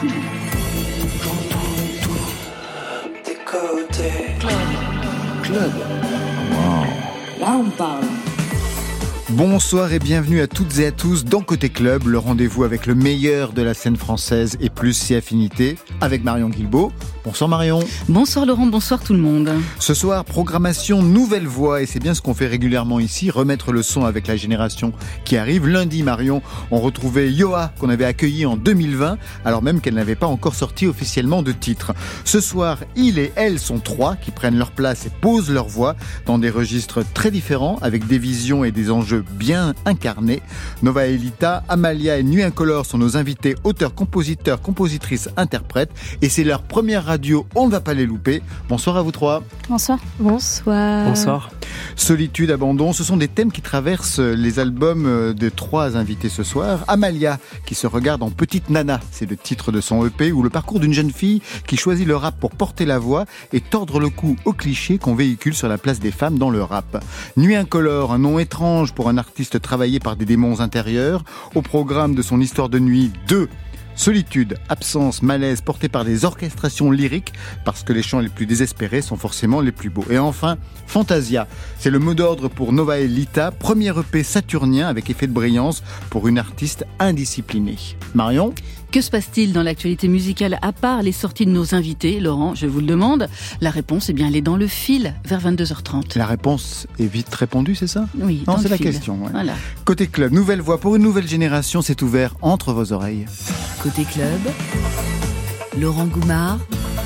Club. Wow. Là, on parle. Bonsoir et bienvenue à toutes et à tous dans Côté Club, le rendez-vous avec le meilleur de la scène française et plus si affinité, avec Marion Guilbault. Bonsoir Marion. Bonsoir Laurent, bonsoir tout le monde. Ce soir, programmation Nouvelle Voix, et c'est bien ce qu'on fait régulièrement ici, remettre le son avec la génération qui arrive. Lundi, Marion, on retrouvait Yoa, qu'on avait accueilli en 2020, alors même qu'elle n'avait pas encore sorti officiellement de titre. Ce soir, il et elle sont trois qui prennent leur place et posent leur voix dans des registres très différents, avec des visions et des enjeux bien incarnés. Nova Elita, Amalia et Nuit Incolore sont nos invités auteurs, compositeurs, compositrices, interprètes, et c'est leur première radio, on ne va pas les louper. Bonsoir à vous trois. Bonsoir. Bonsoir. Bonsoir. Solitude, abandon, ce sont des thèmes qui traversent les albums des trois invités ce soir. Amalia, qui se regarde en petite nana, c'est le titre de son EP, ou le parcours d'une jeune fille qui choisit le rap pour porter la voix et tordre le cou aux clichés qu'on véhicule sur la place des femmes dans le rap. Nuit Incolore, un nom étrange pour un artiste travaillé par des démons intérieurs. Au programme de son histoire de nuit 2, solitude, absence, malaise porté par des orchestrations lyriques, parce que les chants les plus désespérés sont forcément les plus beaux. Et enfin, Fantasia, c'est le mot d'ordre pour Nova Elita, premier EP saturnien avec effet de brillance pour une artiste indisciplinée. Marion ? Que se passe-t-il dans l'actualité musicale à part les sorties de nos invités, Laurent, je vous le demande. La réponse, elle est dans le fil, vers 22h30. La réponse est vite répondue, c'est ça ? Oui, non, dans c'est le la fil. question. Ouais. Voilà. Côté Club, nouvelle voix pour une nouvelle génération, c'est ouvert entre vos oreilles. Côté Club, Laurent Goumard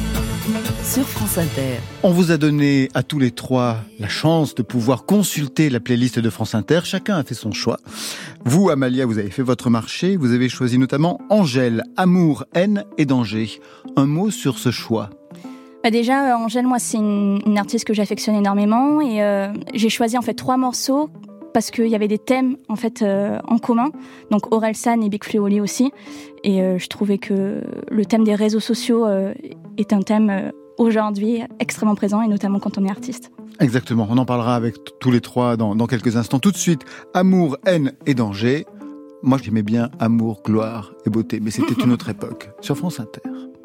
sur France Inter. On vous a donné à tous les trois la chance de pouvoir consulter la playlist de France Inter. Chacun a fait son choix. Vous, Amalia, vous avez fait votre marché. Vous avez choisi notamment Angèle, Amour, Haine et Danger. Un mot sur ce choix. Déjà, Angèle, moi, c'est une artiste que j'affectionne énormément et j'ai choisi en fait 3 morceaux parce qu'il y avait des thèmes en fait en commun. Donc Orelsan et Big Flo et Oli aussi. Et je trouvais que le thème des réseaux sociaux est un thème aujourd'hui extrêmement présent et notamment quand on est artiste. Exactement, on en parlera avec tous les trois dans quelques instants. Tout de suite, Amour, Haine et Danger. Moi, j'aimais bien Amour, Gloire et Beauté, mais c'était une autre époque. Sur France Inter.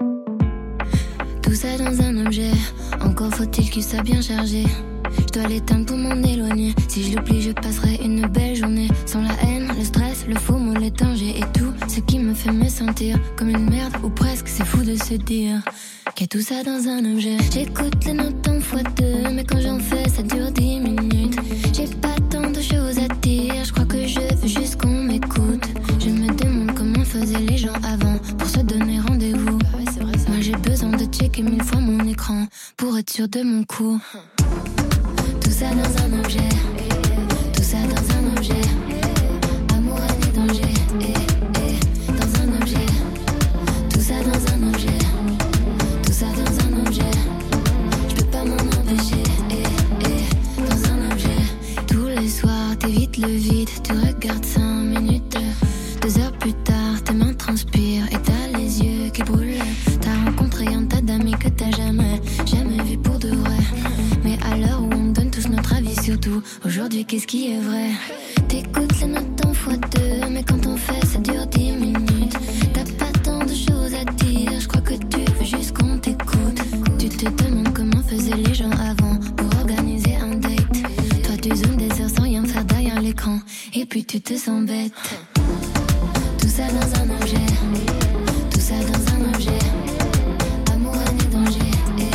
Tout ça dans un objet, encore faut-il qu'il soit bien chargé. Je dois l'éteindre pour m'en éloigner. Si je l'oublie, je passerai une belle journée. Sans la haine, le stress, le faux mot, les dangers et tout ce qui me fait me sentir comme une merde ou presque. C'est fou de se dire qu'il y a tout ça dans un objet. J'écoute les notes en x2, mais quand j'en fais, ça dure 10 minutes. J'ai pas tant de choses à dire, je crois que je veux juste qu'on m'écoute. Je me demande comment faisaient les gens avant pour se donner rendez-vous. Moi j'ai besoin de checker 1000 fois mon écran pour être sûr de mon coup. Tout ça dans un objet, tout ça dans un objet. Amour, haine et danger, dans un objet. Tout ça dans un objet, tout ça dans un objet. Je peux pas m'en empêcher, dans un objet. Tous les soirs, t'évites le vide, tu regardes 5 minutes. 2 heures plus tard, tes mains transpirent et t'as les yeux qui brûlent. T'as rencontré un tas d'amis que t'as jamais vu pour de vrai. Mais à l'heure où on donne tous notre avis sur tout, aujourd'hui qu'est-ce qui est vrai? T'écoutes les notes en x2, mais quand on fait ça dure 10 minutes. T'as pas tant de choses à dire, je crois que tu veux juste qu'on t'écoute. Tu te demandes comment faisaient les gens avant pour organiser un date. Toi tu zoomes des heures sans rien faire derrière l'écran, et puis tu te sens bête. Tout ça dans un objet, tout ça dans un objet. Amour, haine et danger,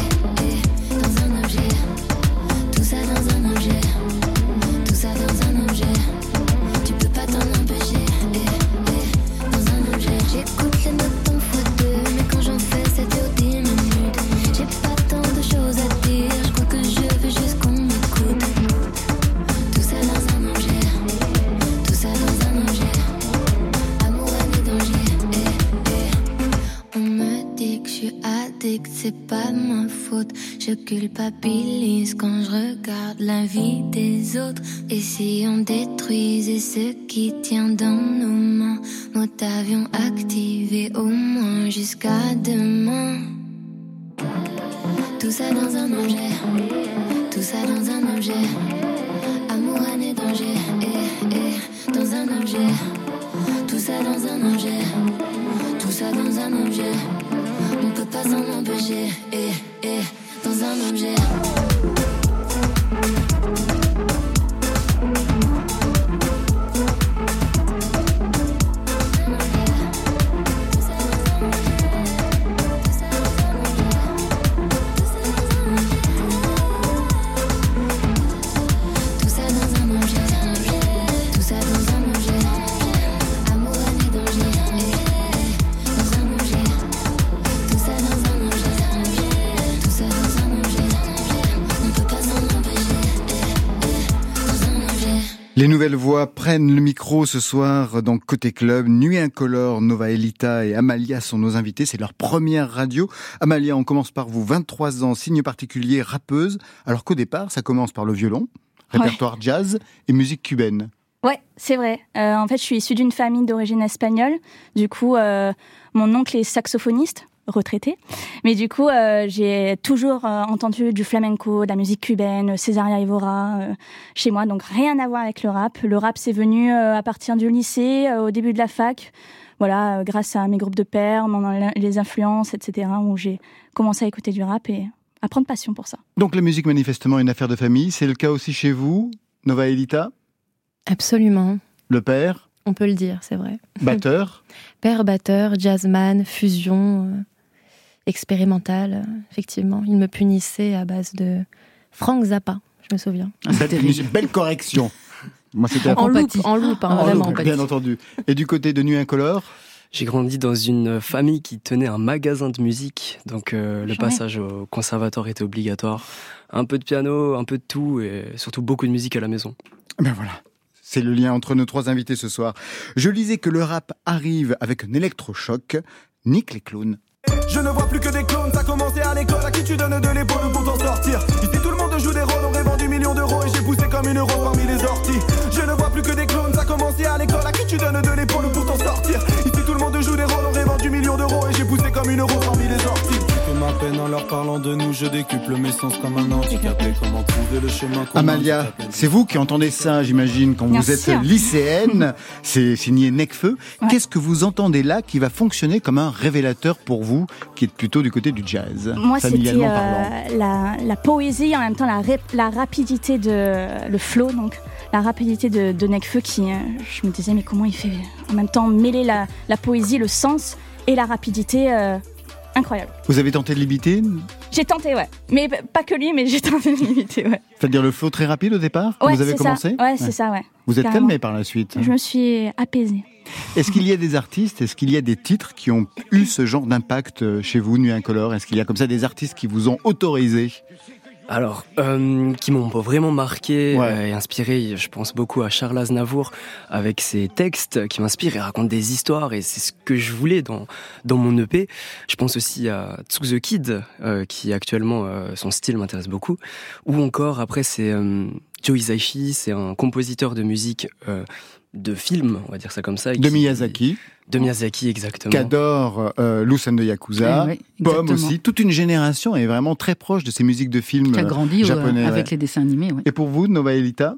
dans un objet. Tout ça dans un objet, tout ça dans un objet. Tu peux pas t'en empêcher, dans un objet. J'écoute les notes en x2, mais quand j'en fais ça dure 10 minutes. J'ai pas tant de choses à dire, je crois que je veux juste qu'on m'écoute. Tout ça dans un objet, tout ça dans un objet. On me dit que je suis addict, c'est pas de ma faute. Je culpabilise quand je regarde la vie des autres. Et si on détruisait ce qui tient dans nos mains, mode avion activé au moins jusqu'à demain. Tout ça dans un objet, tout ça dans un objet. Amour, haine et danger, dans un objet. Tout ça dans un objet, tout ça dans un un objet. On peut pas s'en empêcher. Dans un objet. Les nouvelles voix prennent le micro ce soir dans Côté Club. Nuit Incolore, Nova Elita et Amalia sont nos invités. C'est leur première radio. Amalia, on commence par vous. 23 ans, signe particulier, rappeuse. Alors qu'au départ, ça commence par le violon, répertoire jazz et musique cubaine. Ouais, c'est vrai. En fait, je suis issue d'une famille d'origine espagnole. Du coup, mon oncle est saxophoniste, retraité. Mais du coup, j'ai toujours entendu du flamenco, de la musique cubaine, Césaria Évora chez moi. Donc, rien à voir avec le rap. Le rap, c'est venu à partir du lycée, au début de la fac. Voilà, grâce à mes groupes de pairs, les influences, etc., où j'ai commencé à écouter du rap et à prendre passion pour ça. Donc, la musique, manifestement, est une affaire de famille. C'est le cas aussi chez vous, Nova Elita ? Absolument. Le père ? On peut le dire, c'est vrai. Batteur ? Père batteur, jazzman, fusion, expérimental, effectivement. Il me punissait à base de Frank Zappa, je me souviens. Belle correction. Moi, c'était en loupe, vraiment. Bien entendu. Et du côté de Nuit Incolore ? J'ai grandi dans une famille qui tenait un magasin de musique, donc le passage au conservatoire était obligatoire. Un peu de piano, un peu de tout, et surtout beaucoup de musique à la maison. Ben voilà. C'est le lien entre nos trois invités ce soir. Je lisais que le rap arrive avec un électrochoc. Nique les clowns. Je ne vois plus que des clones, ça a commencé à l'école, à qui tu donnes de l'épaule pour t'en sortir. Ici tout le monde joue des rôles, on aurait vendu millions d'euros et j'ai poussé comme une rose parmi les orties. Je ne vois plus que des clones, ça a commencé à l'école, à qui tu donnes de l'épaule pour t'en sortir. Ici tout le monde joue des rôles, on aurait vendu millions d'euros et j'ai poussé comme une rose parmi les orties. Que ma peine en leur parlant de nous, je décuple mes sens comme un handicapé. Comment trouver le chemin? Amalia, c'est vous qui entendez ça, j'imagine, quand vous êtes lycéenne. C'est signé Necfeu. Ouais. Qu'est-ce que vous entendez là qui va fonctionner comme un révélateur pour vous, qui est plutôt du côté du jazz? Moi, c'était la poésie, en même temps la rapidité le flow, donc la rapidité de Necfeu qui, je me disais, mais comment il fait en même temps mêler la poésie, le sens et la rapidité incroyable. Vous avez tenté de l'imiter? J'ai tenté, ouais. Mais pas que lui, mais j'ai tenté de l'imiter, ouais. C'est-à-dire le flow très rapide au départ, quand vous avez commencé? Ouais, c'est ça, ouais. Vous êtes calmé par la suite? Je me suis apaisée. Est-ce qu'il y a des artistes, est-ce qu'il y a des titres qui ont eu ce genre d'impact chez vous, Nuit Incolore? Est-ce qu'il y a comme ça des artistes qui vous ont autorisé? Alors, qui m'ont vraiment marqué et inspiré, je pense beaucoup à Charles Aznavour, avec ses textes qui m'inspirent et racontent des histoires, et c'est ce que je voulais dans mon EP. Je pense aussi à Tzu the Kid, qui actuellement, son style m'intéresse beaucoup. Ou encore, après, c'est Joe Hisaishi, c'est un compositeur de musique de film, on va dire ça comme ça. De Miyazaki. De Miyazaki, exactement. Qu'adore Lucen de Yakuza, Pomme aussi. Toute une génération est vraiment très proche de ces musiques de films japonais. Qui a grandi avec les dessins animés. Ouais. Et pour vous, Nova Elita?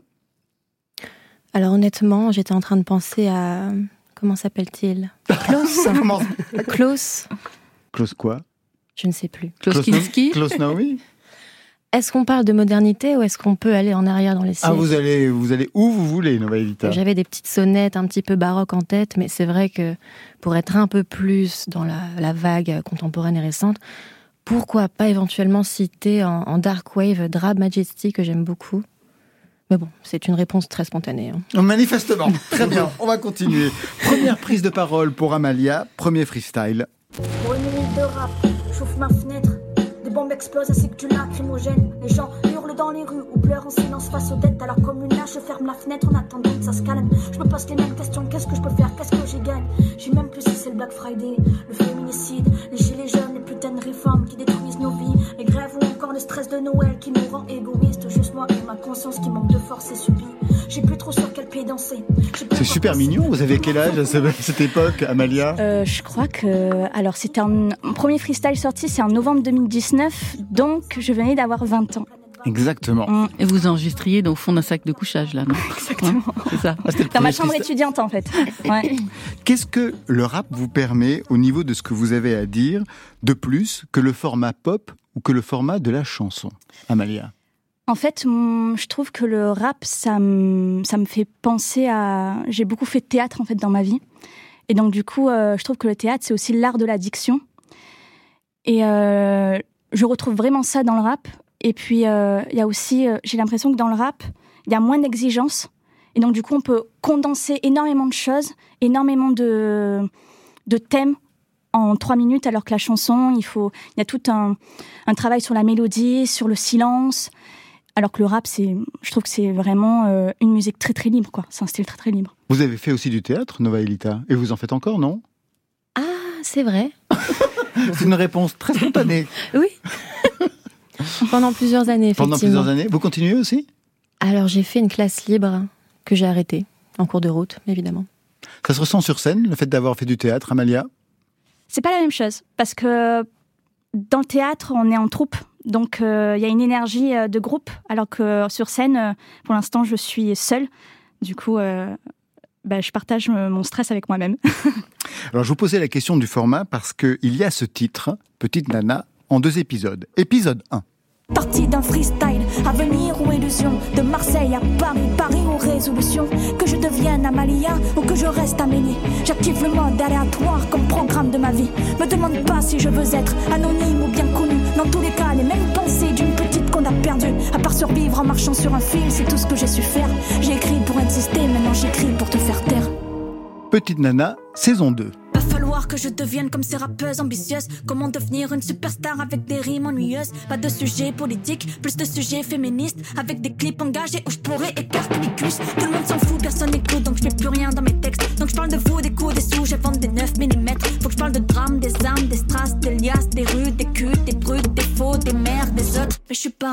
Alors honnêtement, j'étais en train de penser à... Comment s'appelle-t-il? Klaus. Klaus. Klaus quoi? Je ne sais plus. Klaus Kinski. Klaus Noé. Est-ce qu'on parle de modernité ou est-ce qu'on peut aller en arrière dans les siècles? Ah, vous allez où vous voulez, Nova Elita. J'avais des petites sonnettes un petit peu baroques en tête, mais c'est vrai que pour être un peu plus dans la vague contemporaine et récente, pourquoi pas éventuellement citer en Dark Wave Drab Majesty, que j'aime beaucoup. Mais bon, c'est une réponse très spontanée. Hein. Manifestement. Très bien, on va continuer. Première prise de parole pour Amalia, premier freestyle. Pour une minute de rap, chauffe ma fenêtre. Des bombes explosent ainsi que du lacrymogène. Les gens hurlent dans les rues ou pleurent en silence face aux dettes. Alors comme une lâche, je ferme la fenêtre en attendant que ça se calme. Je me pose les mêmes questions, qu'est-ce que je peux faire, qu'est-ce que j'y gagne? J'ai même plus si c'est le Black Friday, le féminicide, les gilets jaunes, les putains de réformes qui détruisent nos vies, les grèves ou encore le stress de Noël qui nous rend égoïstes. Juste moi et ma conscience qui manque de force et subie. J'ai plus trop sur quel pied danser. C'est super mignon. Vous avez quel âge à cette époque, Amalia? Je crois que... Alors, c'était mon premier freestyle sorti, c'est en novembre 2019, donc je venais d'avoir 20 ans. Exactement. Et vous enregistriez au fond d'un sac de couchage, là, non? Exactement. C'est ça. Dans ma chambre étudiante, en fait. Ouais. Qu'est-ce que le rap vous permet au niveau de ce que vous avez à dire de plus que le format pop ou que le format de la chanson, Amalia? En fait, je trouve que le rap, ça me fait penser à... J'ai beaucoup fait de théâtre, en fait, dans ma vie. Et donc, du coup, je trouve que le théâtre, c'est aussi l'art de la diction. Et je retrouve vraiment ça dans le rap. Et puis, il y a aussi... j'ai l'impression que dans le rap, il y a moins d'exigences. Et donc, du coup, on peut condenser énormément de choses, énormément de thèmes en 3 minutes, alors que la chanson, il y a tout un travail sur la mélodie, sur le silence... Alors que le rap, je trouve que c'est vraiment une musique très très libre, quoi. C'est un style très très libre. Vous avez fait aussi du théâtre, Nova Elita, et vous en faites encore, non? Ah, c'est vrai. C'est une réponse très spontanée. Oui. Pendant plusieurs années, effectivement. Pendant plusieurs années. Vous continuez aussi? Alors, j'ai fait une classe libre que j'ai arrêtée, en cours de route, évidemment. Ça se ressent sur scène, le fait d'avoir fait du théâtre, Amalia? C'est pas la même chose, parce que dans le théâtre, on est en troupe. Donc, il y a une énergie de groupe, alors que sur scène, pour l'instant, je suis seule. Du coup, je partage mon stress avec moi-même. Alors, je vous posais la question du format parce qu'il y a ce titre, Petite Nana, en 2 épisodes. Épisode 1. Partie d'un freestyle, avenir ou illusion, de Marseille à Paris, Paris ou résolution, que je devienne Amalia ou que je reste Amélie. J'active le mode aléatoire comme programme de ma vie. Me demande pas si je veux être anonyme ou bien connu. Dans tous les cas, les mêmes pensées d'une petite qu'on a perdue. À part survivre en marchant sur un fil, c'est tout ce que j'ai su faire. J'ai écrit pour exister, maintenant j'écris pour te faire taire. Petite Nana, saison 2. Va falloir que je devienne comme ces rappeuses ambitieuses. Comment devenir une superstar avec des rimes ennuyeuses. Pas de sujets politiques, plus de sujets féministes. Avec des clips engagés où je pourrais écarter les cuisses. Tout le monde s'en fout, personne n'écoute, donc je fais plus rien dans mes textes. Donc je parle de vous, des coups, des sous, j'invente des 9 mm. Faut que je parle de drame, des armes, des strass, des liasses, des rues, des culs, des brutes, des faux, des mères, des autres. Mais je suis pas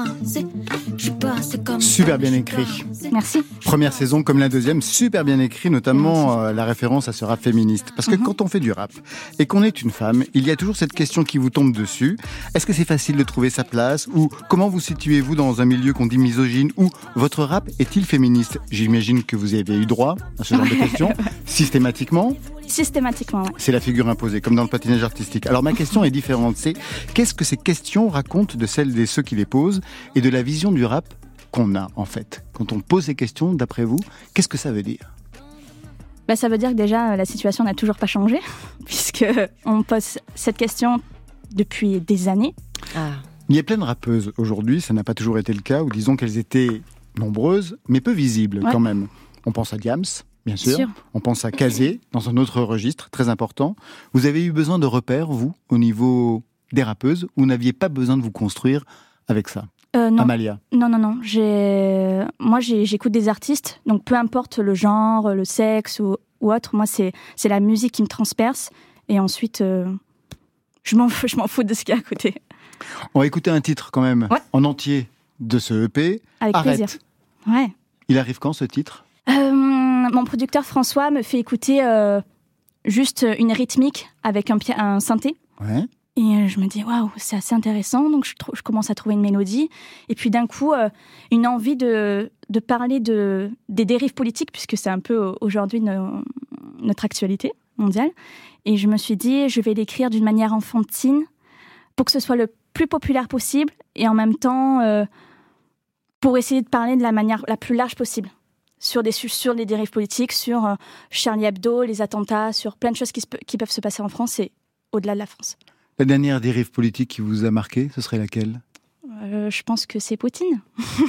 assez comme... Super bien écrit. Merci. Première saison comme la deuxième, super bien écrit, notamment la référence à ce rap féministe. Parce que quand on fait du rap et qu'on est une femme, il y a toujours cette question qui vous tombe dessus. Est-ce que c'est facile de trouver sa place? Ou comment vous situez-vous dans un milieu qu'on dit misogyne? Ou votre rap est-il féministe? J'imagine que vous avez eu droit à ce genre de questions, systématiquement. Systématiquement, ouais. C'est la figure imposée, comme dans le patinage artistique. Alors ma question est différente, c'est qu'est-ce que ces questions racontent de celles et ceux qui les posent et de la vision du rap qu'on a, en fait? Quand on pose ces questions, d'après vous, qu'est-ce que ça veut dire? Ça veut dire que déjà, la situation n'a toujours pas changé, puisqu'on pose cette question depuis des années. Ah. Il y a plein de rappeuses aujourd'hui, ça n'a pas toujours été le cas, ou disons qu'elles étaient nombreuses, mais peu visibles quand même. On pense à Diams, bien sûr. On pense à Kazé, dans un autre registre très important. Vous avez eu besoin de repères, vous, au niveau des rappeuses, ou vous n'aviez pas besoin de vous construire avec ça? Non. Amalia? Non. Moi, j'écoute des artistes, donc peu importe le genre, le sexe ou autre, moi, c'est la musique qui me transperce. Et ensuite, je m'en fous de ce qu'il y a à côté. On va écouter un titre quand même, en entier, de ce EP. Avec Arrête. plaisir. Ouais. Il arrive quand, ce titre? Mon producteur François me fait écouter juste une rythmique avec un synthé. Ouais. Et je me dis, waouh, c'est assez intéressant. Donc, je commence à trouver une mélodie. Et puis, d'un coup, une envie de parler des dérives politiques, puisque c'est un peu aujourd'hui notre actualité mondiale. Et je me suis dit, je vais l'écrire d'une manière enfantine pour que ce soit le plus populaire possible. Et en même temps, pour essayer de parler de la manière la plus large possible. Sur les dérives politiques, sur Charlie Hebdo, les attentats, sur plein de choses qui peuvent se passer en France et au-delà de la France. La dernière dérive politique qui vous a marqué, ce serait laquelle? Je pense que c'est Poutine.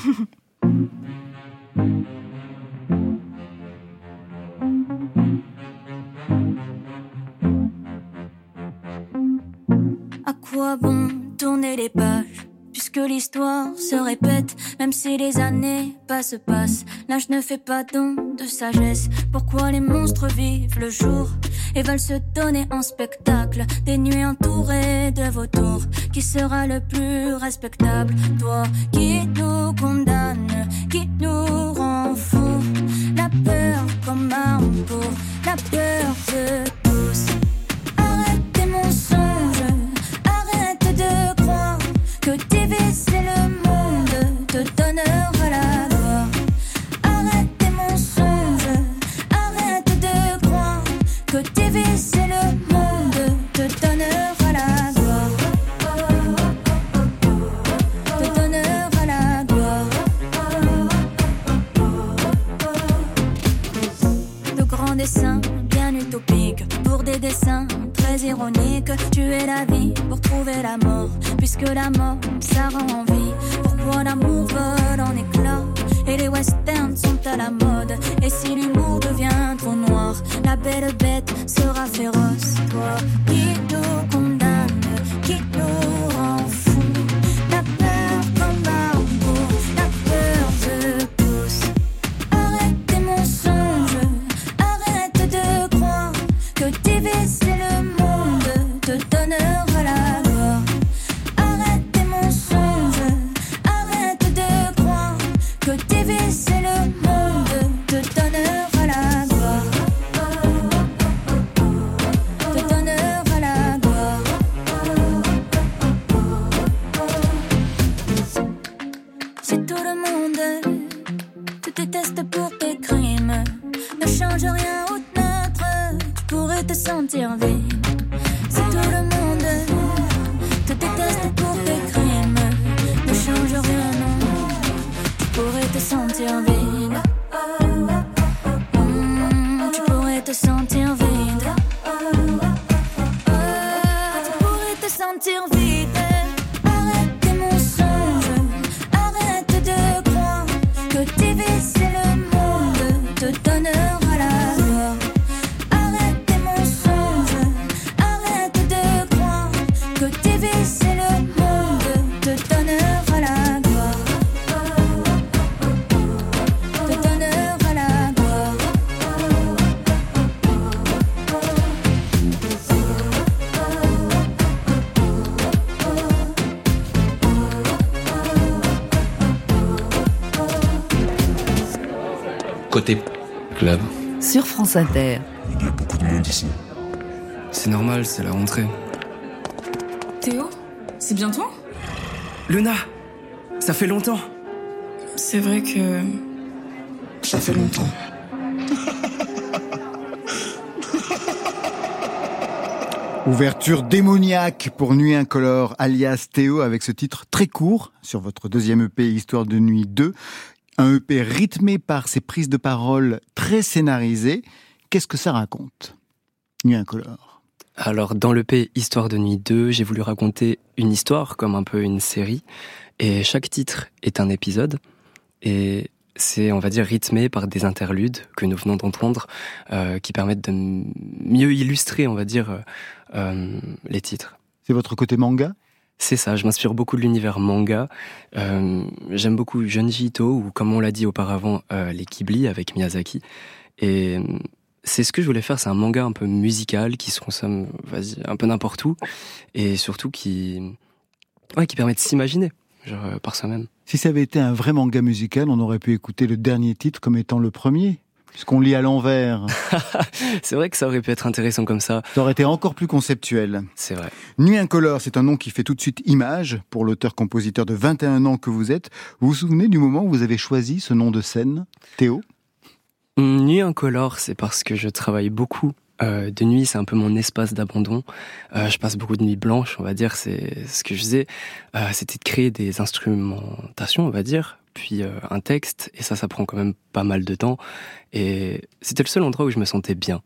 À quoi bon tourner les pages puisque l'histoire se répète, même si les années passent. Là je ne fais pas don de sagesse. Pourquoi les monstres vivent le jour et veulent se donner en spectacle? Des nuits entourées de vautours. Qui sera le plus respectable? Toi qui nous condamne, qui nous rend fous. La peur comme arme pour la peur de tous. Arrête tes mensonges, arrête de croire que diviser le monde te des dessins très ironiques. Tuer la vie pour trouver la mort, puisque la mort, ça rend envie. Pourquoi l'amour vole en éclats et les westerns sont à la mode? Et si l'humour devient trop noir, la belle bête sera féroce. Toi qui nous condamne, qui nous rend fou, la peur comme Margot, la peur te pousse. Arrête tes mensonges, arrête de croire que diviser le monde te donnera la gloire. Arrête tes mensonges, arrête de croire que diviser le monde te donnera la gloire. Te donnera la gloire. Si tout le monde te déteste pour tes crimes, ne change rien au neutre, tu pourrais te sentir vide. Si tout le monde te déteste pour tes crimes, ne change rien, non, tu pourrais te sentir vide. Tu pourrais te sentir vide. Tu pourrais te sentir vide. Arrête tes mensonges, arrête de croire que diviser le monde te donnera la gloire. Arrête tes mensonges, arrête de croire que diviser le monde te donnera la gloire. Te donnera la gloire. Côté club. Sur France Inter. Il y a beaucoup de monde ici. C'est normal, c'est la rentrée. Théo, c'est bien toi? Luna, ça fait longtemps. C'est vrai que... Ça fait longtemps. Ouverture démoniaque pour Nuit Incolore, alias Théo, avec ce titre très court sur votre deuxième EP Histoire de Nuit 2. Un EP rythmé par ses prises de parole très scénarisées. Qu'est-ce que ça raconte, Nuit Incolore? Alors, dans l'EP Histoire de Nuit 2, j'ai voulu raconter une histoire, comme un peu une série. Et chaque titre est un épisode. Et c'est, on va dire, rythmé par des interludes que nous venons d'entendre, qui permettent de mieux illustrer, on va dire, les titres. C'est votre côté manga? C'est ça, je m'inspire beaucoup de l'univers manga. J'aime beaucoup Junji Ito, ou comme on l'a dit auparavant, les Ghibli avec Miyazaki. Et c'est ce que je voulais faire, c'est un manga un peu musical qui se consomme, un peu n'importe où, et surtout qui permet de s'imaginer, genre par soi-même. Si ça avait été un vrai manga musical, on aurait pu écouter le dernier titre comme étant le premier, puisqu'on lit à l'envers. C'est vrai que ça aurait pu être intéressant comme ça. Ça aurait été encore plus conceptuel. C'est vrai. Nuit Incolore, c'est un nom qui fait tout de suite image pour l'auteur-compositeur de 21 ans que vous êtes. Vous vous souvenez du moment où vous avez choisi ce nom de scène, Théo? Nuit Incolore, c'est parce que je travaille beaucoup. De nuit, c'est un peu mon espace d'abandon. Je passe beaucoup de nuits blanches, on va dire. C'est ce que je faisais. C'était de créer des instrumentations, on va dire, puis un texte. Et ça prend quand même pas mal de temps. Et c'était le seul endroit où je me sentais bien.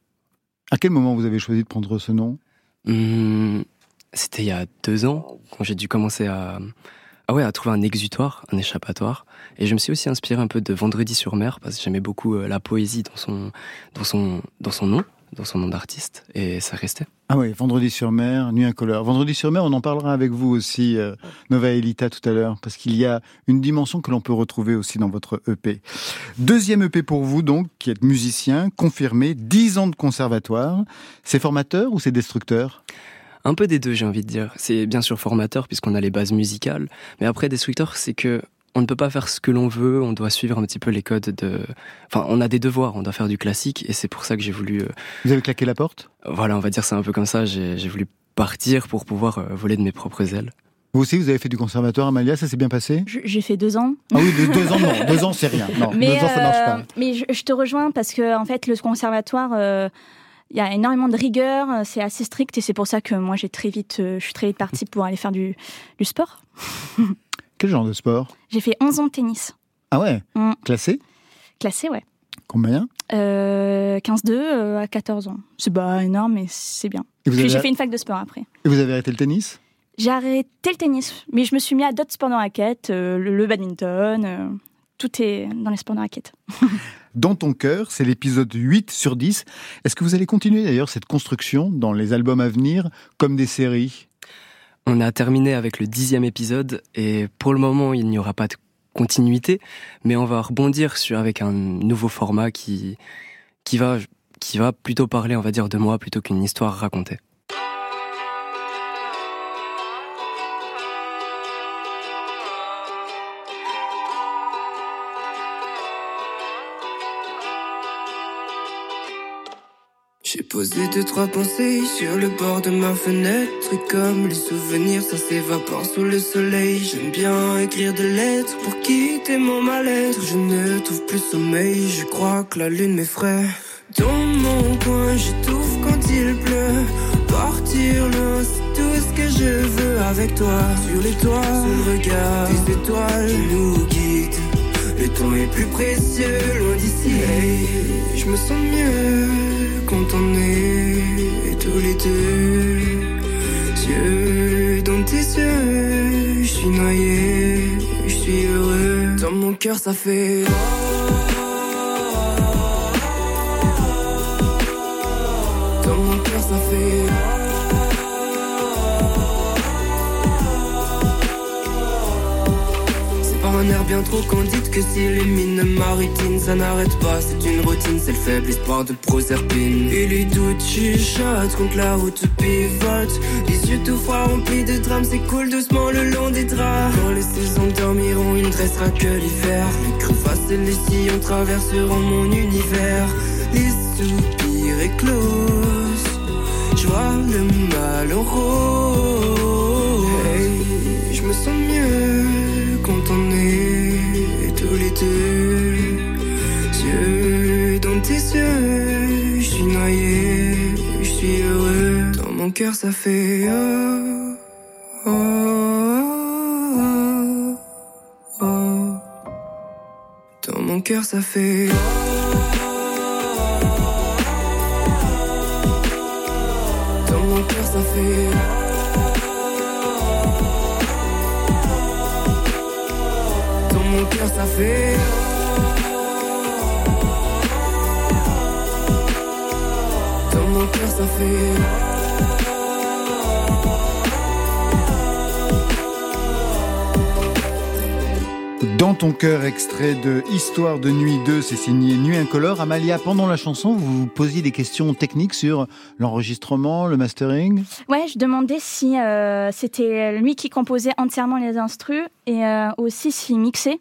À quel moment vous avez choisi de prendre ce nom? C'était il y a 2 ans, quand j'ai dû commencer à trouver un exutoire, un échappatoire. Et je me suis aussi inspiré un peu de Vendredi sur mer, parce que j'aimais beaucoup la poésie dans son nom d'artiste, et ça restait. Ah oui, Vendredi sur mer, Nuit Incolore. Vendredi sur mer, on en parlera avec vous aussi, Nova Elita, tout à l'heure, parce qu'il y a une dimension que l'on peut retrouver aussi dans votre EP. Deuxième EP pour vous, donc, qui êtes musicien, confirmé, 10 ans de conservatoire. C'est formateur ou c'est destructeur? Un peu des deux, j'ai envie de dire. C'est bien sûr formateur, puisqu'on a les bases musicales, mais après, destructeur, c'est que on ne peut pas faire ce que l'on veut, on doit suivre un petit peu les codes de... Enfin, on a des devoirs, on doit faire du classique, et c'est pour ça que j'ai voulu... Vous avez claqué la porte? Voilà, on va dire c'est un peu comme ça, j'ai voulu partir pour pouvoir voler de mes propres ailes. Vous aussi, vous avez fait du conservatoire, Amalia, ça s'est bien passé? J'ai fait 2 ans. Ah oui, 2 ans, non. 2 ans, c'est rien. Non, mais 2 ans, ça marche pas. Mais je te rejoins parce que, en fait, le conservatoire... il y a énormément de rigueur, c'est assez strict et c'est pour ça que moi je suis très vite partie pour aller faire du sport. Quel genre de sport? J'ai fait 11 ans de tennis. Ah ouais? Classé? Classé, ouais. Combien 15-2 à 14 ans. C'est pas énorme, mais c'est bien. Puis j'ai fait une fac de sport après. Et vous avez arrêté le tennis ? J'ai arrêté le tennis, mais je me suis mis à d'autres sports de raquette, le badminton, tout est dans les sports de raquette. Dans ton cœur, c'est l'épisode 8 sur 10. Est-ce que vous allez continuer d'ailleurs cette construction dans les albums à venir, comme des séries ? On a terminé avec le 10e épisode et pour le moment, il n'y aura pas de continuité, mais on va rebondir avec un nouveau format qui va plutôt parler, on va dire, de moi plutôt qu'une histoire racontée. J'ai posé 2-3 pensées sur le bord de ma fenêtre. Comme les souvenirs, ça s'évapore sous le soleil. J'aime bien écrire des lettres pour quitter mon mal-être. Je ne trouve plus sommeil, je crois que la lune m'effraie. Dans mon coin, j'étouffe quand il pleut. Partir loin, c'est tout ce que je veux avec toi. Sur les toits, sous le regard des étoiles qui nous guident. Le temps est plus précieux, loin d'ici. Hey, je me sens mieux quand on est tous les deux. Yeux dans tes yeux, je suis noyé, je suis heureux. Dans mon cœur ça fait dans mon cœur ça fait un air bien trop candide que s'illumine ma routine, ça n'arrête pas, c'est une routine, c'est le faible espoir de Proserpine. Et les doutes chuchotent contre la route pivote, les yeux tout froids remplis de drames, s'écoulent doucement le long des draps. Quand les saisons dormiront, il ne restera que l'hiver. Les crevasses et les sillons traverseront mon univers. Les soupirs éclosent, je vois le mal en rose. Hey, je me sens mieux quand on est tous les deux. Yeux dans tes yeux, je suis noyé, je suis heureux. Dans mon cœur ça fait oh, oh, oh, oh. Dans mon cœur ça fait dans mon cœur ça fait mon cœur ça fait dans mon cœur ça fait Dans ton cœur, extrait de Histoire de nuit 2, c'est signé Nuit Incolore. Amalia, pendant la chanson, vous vous posiez des questions techniques sur l'enregistrement, le mastering ? Ouais, je demandais si c'était lui qui composait entièrement les instrus et aussi s'il mixait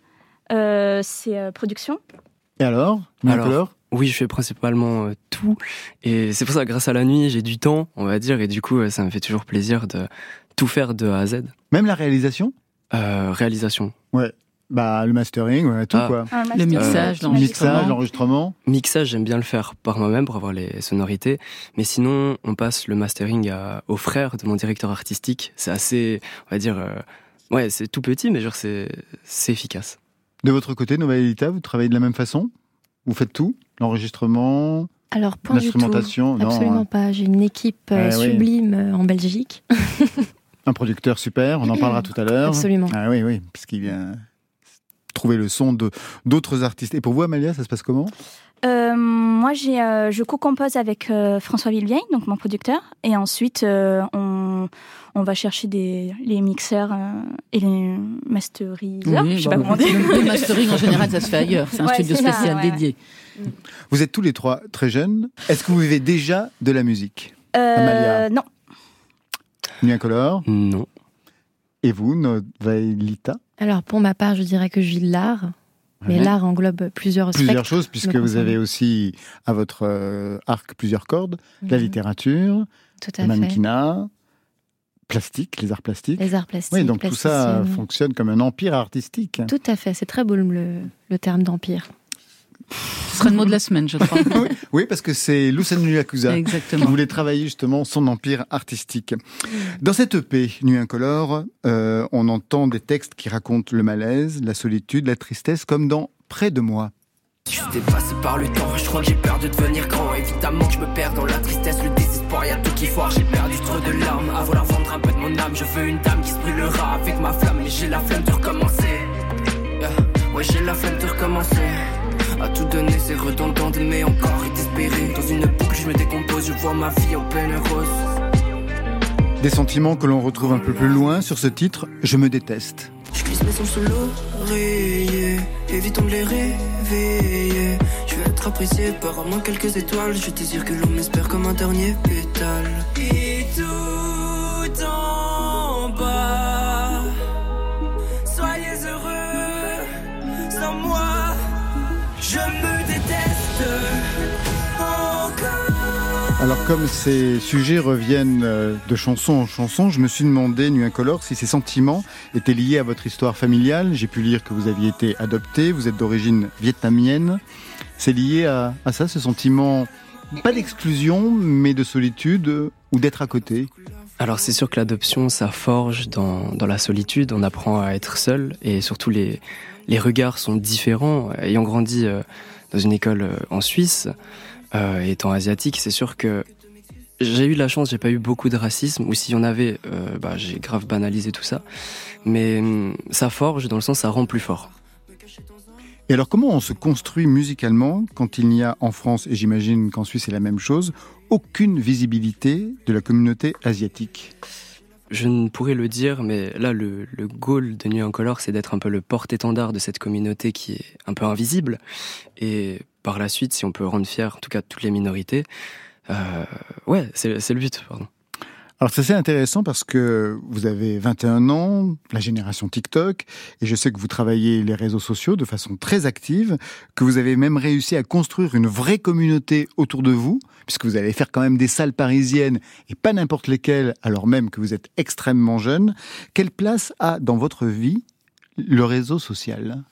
ses productions. Et alors, Nuit Incolore ? Oui, je fais principalement tout. Et c'est pour ça, grâce à la nuit, j'ai du temps, on va dire. Et du coup, ça me fait toujours plaisir de tout faire de A à Z. Même la réalisation ? Réalisation. Ouais. Bah, le mastering, ouais, tout quoi. Le mixage, l'enregistrement. Mixage, j'aime bien le faire par moi-même pour avoir les sonorités. Mais sinon, on passe le mastering au frère de mon directeur artistique. C'est assez, on va dire, ouais, c'est tout petit, mais genre c'est efficace. De votre côté, Nova Elita, vous travaillez de la même façon ? Vous faites tout ? L'enregistrement ? Alors, point du tout. L'instrumentation ? Absolument pas. J'ai une équipe sublime en Belgique. Un producteur super, on en parlera tout à l'heure. Absolument. Ah oui, puisqu'il vient trouver le son d'autres artistes. Et pour vous, Amalia, ça se passe comment ? Moi, je co-compose avec François Villevieille, donc mon producteur, et ensuite on va chercher les mixeurs et les masteriseurs. Oui, je sais pas comment dire. Le mastering en général, ça se fait ailleurs. C'est un studio spécial dédié. Vous êtes tous les trois très jeunes. Est-ce que vous vivez déjà de la musique ? Amalia ? Non. Nuit Incolore ? Non. Et vous, Nova Elita ? Alors, pour ma part, je dirais que je vis de l'art. Mais l'art englobe plusieurs choses, puisque vous avez aussi à votre arc plusieurs cordes. La littérature, le mannequinat, plastique, les arts plastiques. Les arts plastiques. Oui, donc tout ça fonctionne comme un empire artistique. Tout à fait, c'est très beau le terme d'empire. Ce sera le mot de la semaine, je crois. Oui, parce que c'est Lucène Yakuza qui voulait travailler justement son empire artistique. Dans cette EP, Nuit Incolore, on entend des textes qui racontent le malaise, la solitude, la tristesse, comme dans Près de moi. Je suis dépassé par le temps, je crois que j'ai peur de devenir grand. Évidemment que je me perds dans la tristesse, le désespoir, y'a tout qui foire. J'ai perdu trop de larmes, à vouloir vendre un peu de mon âme. Je veux une dame qui se brûlera avec ma flamme. Mais j'ai la flemme de recommencer, ouais j'ai la flemme de recommencer. À tout donner c'est redondant d'aimer encore et d'espérer. Dans une boucle je me décompose, je vois ma vie en pleine rose. Des sentiments que l'on retrouve un peu plus loin sur ce titre, Je me déteste. Je glisse mes sons sous l'oreiller, évitons de les réveiller. Je vais être apprécié par au moins quelques étoiles. Je désire que l'on m'espère comme un dernier pétale. Et tout en bas, soyez heureux sans moi. Je me déteste encore. Alors comme ces sujets reviennent de chanson en chanson, je me suis demandé, Nuit Incolore, si ces sentiments étaient liés à votre histoire familiale. J'ai pu lire que vous aviez été adopté, vous êtes d'origine vietnamienne. C'est lié à ça, ce sentiment, pas d'exclusion, mais de solitude ou d'être à côté? Alors c'est sûr que l'adoption, ça forge dans la solitude, on apprend à être seul et surtout les regards sont différents. Ayant grandi dans une école en Suisse, étant asiatique, c'est sûr que j'ai eu la chance, j'ai pas eu beaucoup de racisme, ou s'il y en avait, j'ai grave banalisé tout ça. Mais ça forge, dans le sens ça rend plus fort. Et alors comment on se construit musicalement quand il n'y a en France, et j'imagine qu'en Suisse c'est la même chose, aucune visibilité de la communauté asiatique? Je ne pourrais le dire, mais là, le goal de Nuit Incolore, c'est d'être un peu le porte-étendard de cette communauté qui est un peu invisible. Et par la suite, si on peut rendre fier, en tout cas, toutes les minorités, c'est le but, pardon. Alors c'est assez intéressant parce que vous avez 21 ans, la génération TikTok, et je sais que vous travaillez les réseaux sociaux de façon très active, que vous avez même réussi à construire une vraie communauté autour de vous, puisque vous allez faire quand même des salles parisiennes, et pas n'importe lesquelles, alors même que vous êtes extrêmement jeune. Quelle place a dans votre vie le réseau social,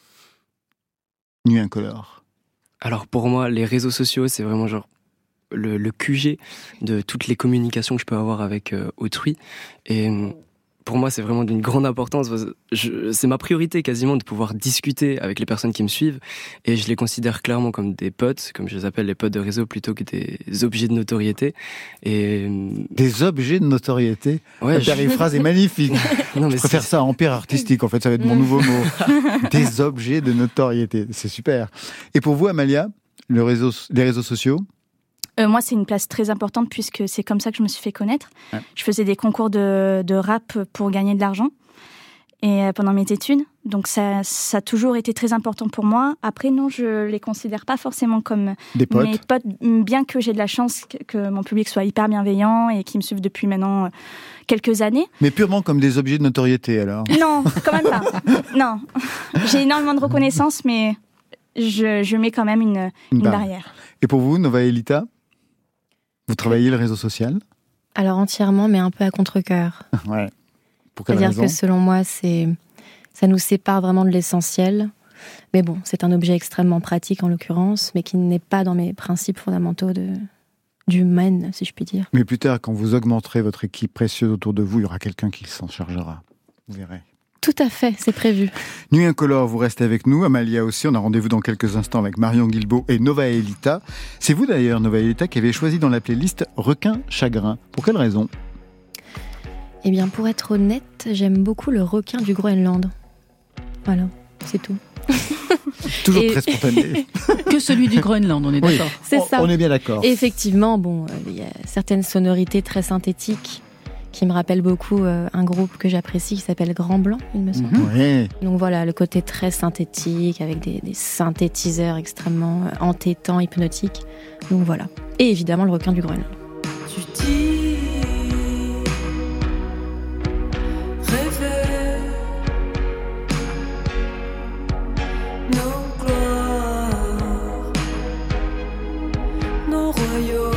Nuit Incolore? Alors pour moi, les réseaux sociaux, c'est vraiment genre le QG de toutes les communications que je peux avoir avec autrui. Et pour moi, c'est vraiment d'une grande importance. C'est ma priorité quasiment de pouvoir discuter avec les personnes qui me suivent. Et je les considère clairement comme des potes, comme je les appelle les potes de réseau, plutôt que des objets de notoriété. Et des objets de notoriété? Ouais, la périphrase est magnifique. Non, mais je préfère ça à empire artistique, en fait, ça va être mon nouveau mot. Des objets de notoriété, c'est super. Et pour vous, Amalia, les réseaux sociaux? Moi, c'est une place très importante puisque c'est comme ça que je me suis fait connaître. Ouais. Je faisais des concours de rap pour gagner de l'argent et pendant mes études. Donc ça a toujours été très important pour moi. Après, non, je les considère pas forcément comme des potes. Mes potes, bien que j'ai de la chance que mon public soit hyper bienveillant et qui me suivent depuis maintenant quelques années. Mais purement comme des objets de notoriété, alors? Non, quand même pas. Non, j'ai énormément de reconnaissance, mais je mets quand même une barrière. Et pour vous, Nova Elita? Vous travaillez le réseau social? Alors entièrement, mais un peu à contre-cœur. Ouais. Pour quelle raison? C'est-à-dire que selon moi, ça nous sépare vraiment de l'essentiel. Mais bon, c'est un objet extrêmement pratique en l'occurrence, mais qui n'est pas dans mes principes fondamentaux du man, si je puis dire. Mais plus tard, quand vous augmenterez votre équipe précieuse autour de vous, il y aura quelqu'un qui s'en chargera. Vous verrez. Tout à fait, c'est prévu. Nuit Incolore, vous restez avec nous. Amalia aussi, on a rendez-vous dans quelques instants avec Marion Guilbault et Nova Elita. C'est vous d'ailleurs, Nova Elita, qui avez choisi dans la playlist Requin Chagrin. Pour quelle raison? Eh bien, pour être honnête, j'aime beaucoup le requin du Groenland. Voilà, c'est tout. Toujours très spontané. Que celui du Groenland, on est d'accord. Oui, c'est ça. On est bien d'accord. Et effectivement, il y a certaines sonorités très synthétiques qui me rappelle beaucoup un groupe que j'apprécie qui s'appelle Grand Blanc, il me semble. Ouais. Donc voilà, le côté très synthétique avec des synthétiseurs extrêmement entêtants, hypnotiques. Donc voilà. Et évidemment le requin du Groenland. Tu dis rêver nos gloires, nos royaumes.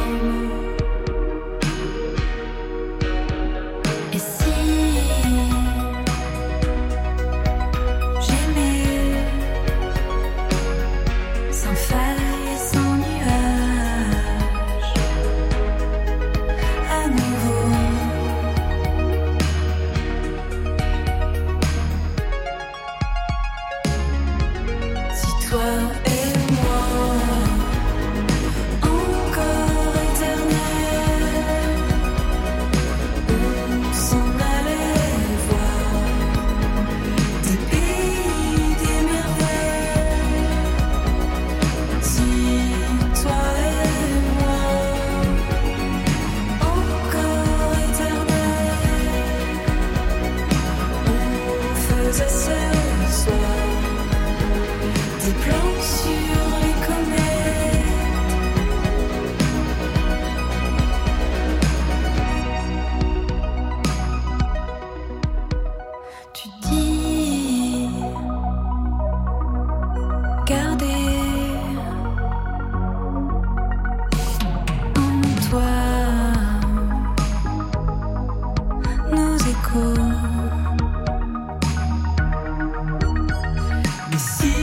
écho. Mais si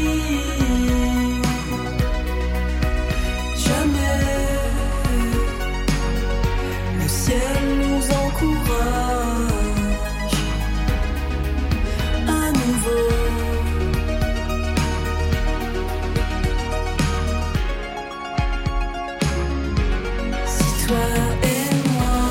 jamais le ciel nous encourage à nouveau, si toi et moi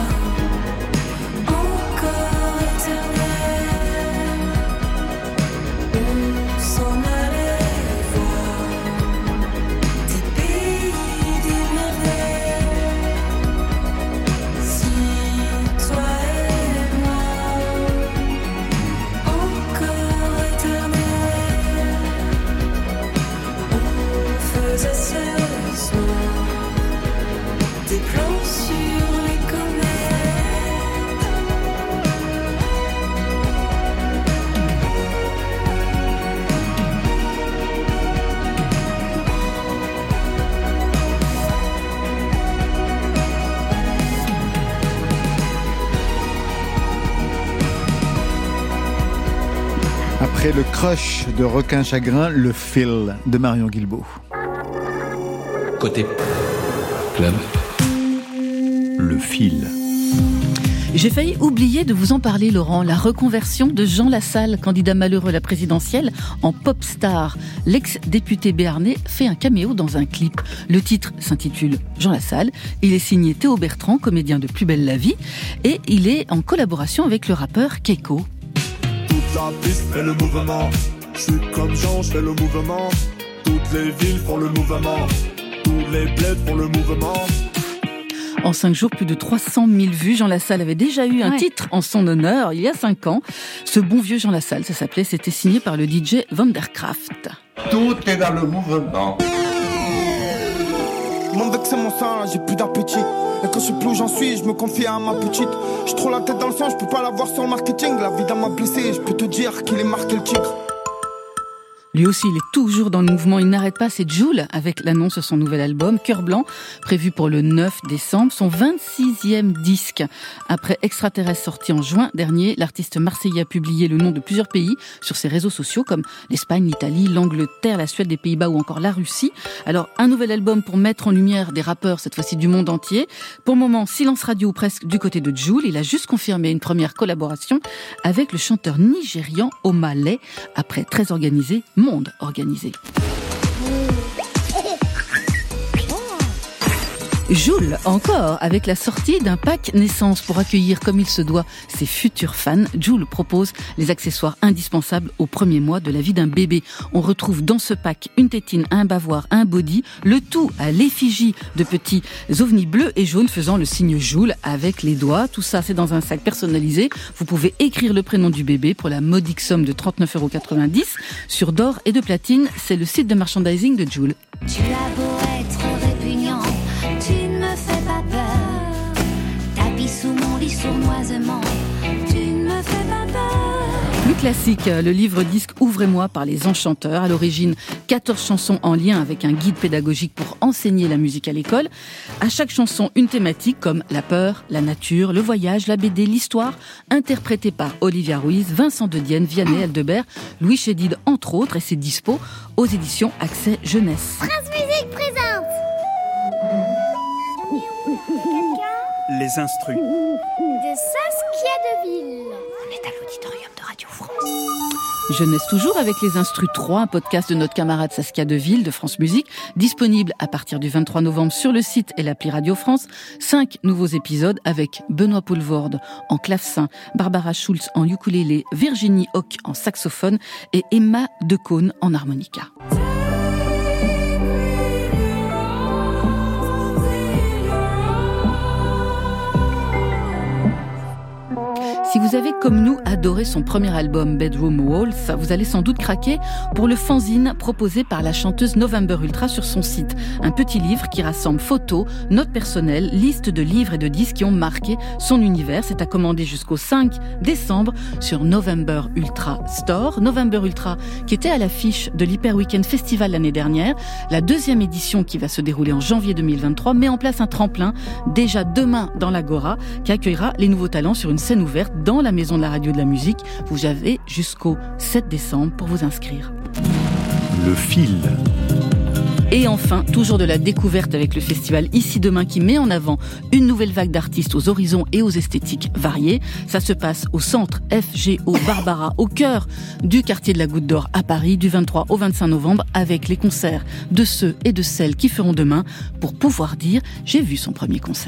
encore éternels, on s'en allait voir des pays d'émerveilles. Si toi et moi encore éternels, on faisait ce soir des plans sur les comètes. Après le crush de Requin Chagrin, le feel de Marion Guilbault. Côté club, le fil. J'ai failli oublier de vous en parler, Laurent. La reconversion de Jean Lassalle, candidat malheureux à la présidentielle, en pop star. L'ex-député béarnais fait un caméo dans un clip. Le titre s'intitule Jean Lassalle. Il est signé Théo Bertrand, comédien de Plus belle la vie. Et il est en collaboration avec le rappeur Keiko. Toute la piste fait le mouvement. Je suis comme Jean, je fais le mouvement. Toutes les villes font le mouvement. Tous les bleds font le mouvement. En 5 jours, plus de 300 000 vues. Jean Lassalle avait déjà eu un titre en son honneur il y a 5 ans. Ce bon vieux Jean Lassalle, ça s'appelait, c'était signé par le DJ Vanderkraft. Tout est dans le mouvement. Mon bec c'est mon sang, j'ai plus d'appétit. Et quand je sais plus où j'en suis, je me confie à ma petite. J'ai trop la tête dans le sang, je peux pas la voir sur le marketing. La vie m'a blessé, je peux te dire qu'il est marqué le tigre. Lui aussi, il est toujours dans le mouvement, il n'arrête pas, c'est Jul, avec l'annonce de son nouvel album, Cœur Blanc, prévu pour le 9 décembre, son 26e disque. Après Extraterrestre sorti en juin dernier, l'artiste marseillais a publié le nom de plusieurs pays sur ses réseaux sociaux, comme l'Espagne, l'Italie, l'Angleterre, la Suède, les Pays-Bas ou encore la Russie. Alors, un nouvel album pour mettre en lumière des rappeurs, cette fois-ci du monde entier. Pour le moment, silence radio presque du côté de Jul. Il a juste confirmé une première collaboration avec le chanteur nigérian Omalay, après très organisé, monde organisé. Jul, encore, avec la sortie d'un pack naissance pour accueillir comme il se doit ses futurs fans. Jul propose les accessoires indispensables au premier mois de la vie d'un bébé. On retrouve dans ce pack une tétine, un bavoir, un body, le tout à l'effigie de petits ovnis bleus et jaunes faisant le signe Jul avec les doigts. Tout ça, c'est dans un sac personnalisé. Vous pouvez écrire le prénom du bébé pour la modique somme de 39,90 € sur d'or et de platine. C'est le site de merchandising de Jul. Tu as beau être répugnant, tu ne me fais pas peur. Tapis sous mon lit sournoisement, tu ne me fais pas peur. Plus classique, le livre-disque Ouvrez-moi par les Enchanteurs. À l'origine, 14 chansons en lien avec un guide pédagogique pour enseigner la musique à l'école. À chaque chanson, une thématique comme la peur, la nature, le voyage, la BD, l'histoire, interprétée par Olivia Ruiz, Vincent de Dienne, Vianney Aldebert, Louis Chédid, entre autres, et c'est dispo aux éditions Accès Jeunesse. France Musique présente Les instrus de Saskia Deville. On est à l'auditorium de Radio France. Jeunesse toujours avec les Instrus 3, un podcast de notre camarade Saskia Deville de France Musique, disponible à partir du 23 novembre sur le site et l'appli Radio France. 5 nouveaux épisodes avec Benoît Poulvorde en clavecin, Barbara Schulz en ukulélé, Virginie Hoc en saxophone et Emma Decaune en harmonica. Si vous avez, comme nous, adoré son premier album Bedroom Walls, vous allez sans doute craquer pour le fanzine proposé par la chanteuse November Ultra sur son site. Un petit livre qui rassemble photos, notes personnelles, liste de livres et de disques qui ont marqué son univers. C'est à commander jusqu'au 5 décembre sur November Ultra Store. November Ultra qui était à l'affiche de l'Hyper Weekend Festival l'année dernière. La 2e édition qui va se dérouler en janvier 2023 met en place un tremplin déjà demain dans l'Agora qui accueillera les nouveaux talents sur une scène ouverte dans la Maison de la Radio de la Musique. Vous avez jusqu'au 7 décembre pour vous inscrire. Le fil. Et enfin, toujours de la découverte avec le festival Ici Demain qui met en avant une nouvelle vague d'artistes aux horizons et aux esthétiques variées. Ça se passe au centre FGO Barbara, au cœur du quartier de la Goutte d'Or à Paris, du 23 au 25 novembre, avec les concerts de ceux et de celles qui feront demain pour pouvoir dire « J'ai vu son premier concert ».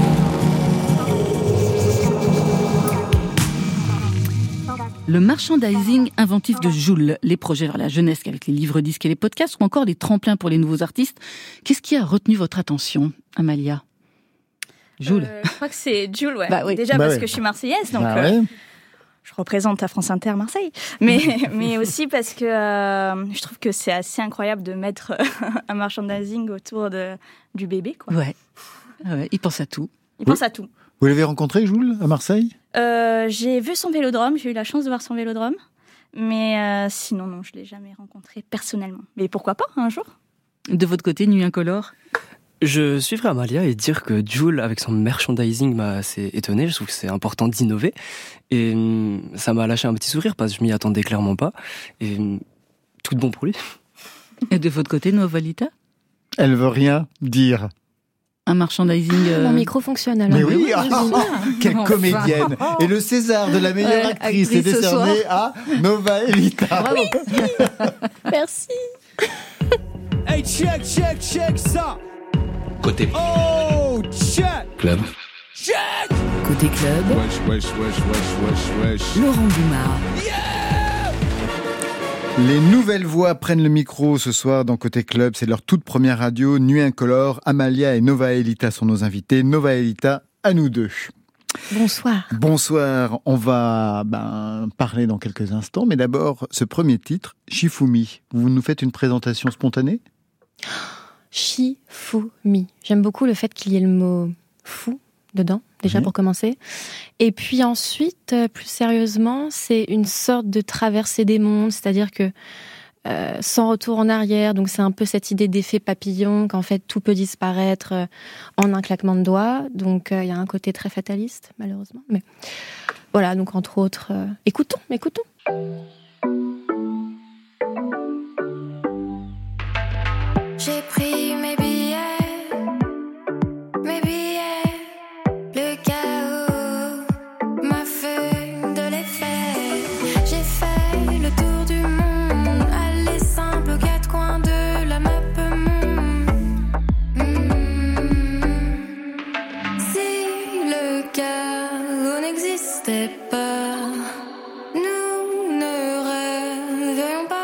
Le merchandising inventif de Joule, les projets vers la jeunesse avec les livres-disques et les podcasts ou encore les tremplins pour les nouveaux artistes. Qu'est-ce qui a retenu votre attention, Amalia ? Joule. Je crois que c'est Joule, ouais. Bah oui. Déjà parce que je suis marseillaise, donc je représente à France Inter Marseille. Mais aussi parce que je trouve que c'est assez incroyable de mettre un merchandising autour du bébé, quoi. Ouais, il pense à tout. Il pense à tout. Vous l'avez rencontré, Joule, à Marseille ? J'ai vu son vélodrome, j'ai eu la chance de voir son vélodrome. Mais sinon, non, je ne l'ai jamais rencontré personnellement. Mais pourquoi pas, un jour ? De votre côté, Nuit Incolore ? Je suivrai Amalia et dire que Joule, avec son merchandising, m'a assez étonné. Je trouve que c'est important d'innover. Et ça m'a lâché un petit sourire parce que je m'y attendais clairement pas. Et tout de bon pour lui. Et de votre côté, Novalita ? Elle veut rien dire. Un merchandising... Mon micro fonctionne alors. Mais oui, quelle comédienne. Et le César de la meilleure actrice est décerné à Novaelita. Bravo. Merci. Hey, check ça. Côté check. club. Check. Côté club, Wesh. Laurent Goumard. Les nouvelles voix prennent le micro ce soir dans Côté Club. C'est leur toute première radio, Nuit Incolore. Amalia et Novaelita sont nos invités. Novaelita, à nous deux. Bonsoir. Bonsoir. On va parler dans quelques instants. Mais d'abord, ce premier titre, Shifumi. Vous nous faites une présentation spontanée ? Shifumi. J'aime beaucoup le fait qu'il y ait le mot fou dedans, déjà pour commencer. Et puis ensuite, plus sérieusement, c'est une sorte de traversée des mondes, c'est-à-dire que sans retour en arrière, donc c'est un peu cette idée d'effet papillon, qu'en fait tout peut disparaître en un claquement de doigts, donc il y a un côté très fataliste, malheureusement. Mais voilà, donc entre autres, écoutons. J'ai pris mes billets, le chaos m'a fait de l'effet. J'ai fait le tour du monde, aller simple aux quatre coins de la map Si le chaos n'existait pas, nous ne rêvions pas.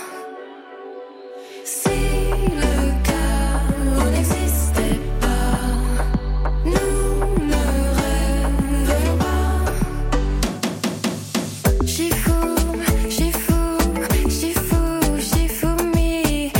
Si le chaos n'existait pas, nous ne rêvions pas. Shifumi.